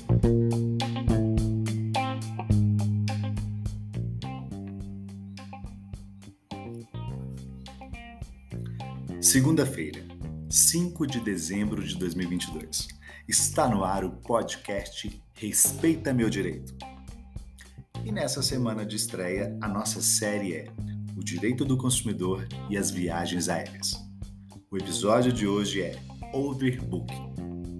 Segunda-feira, 5 de dezembro de 2022. Está no ar o podcast Respeita Meu Direito. E nessa semana de estreia, a nossa série é O Direito do Consumidor e as Viagens Aéreas. O episódio de hoje é Overbooking.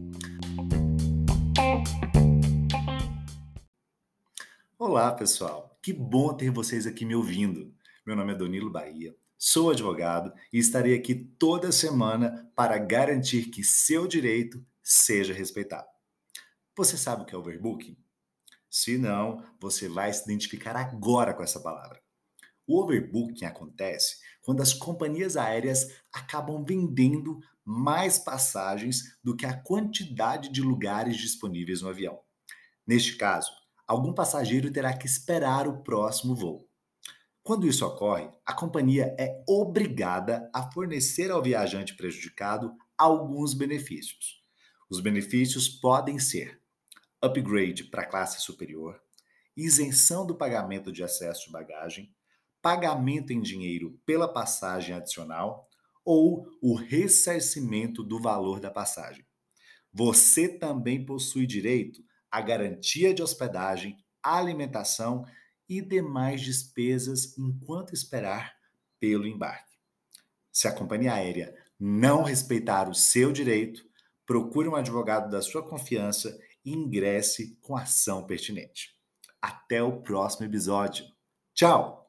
Olá, pessoal! Que bom ter vocês aqui me ouvindo. Meu nome é Donilo Bahia, sou advogado e estarei aqui toda semana para garantir que seu direito seja respeitado. Você sabe o que é overbooking? Se não, você vai se identificar agora com essa palavra. O overbooking acontece quando as companhias aéreas acabam vendendo mais passagens do que a quantidade de lugares disponíveis no avião. Neste caso, algum passageiro terá que esperar o próximo voo. Quando isso ocorre, a companhia é obrigada a fornecer ao viajante prejudicado alguns benefícios. Os benefícios podem ser upgrade para a classe superior, isenção do pagamento de excesso de bagagem, pagamento em dinheiro pela passagem adicional ou o ressarcimento do valor da passagem. Você também possui direito à garantia de hospedagem, alimentação e demais despesas enquanto esperar pelo embarque. Se a companhia aérea não respeitar o seu direito, procure um advogado da sua confiança e ingresse com ação pertinente. Até o próximo episódio. Tchau!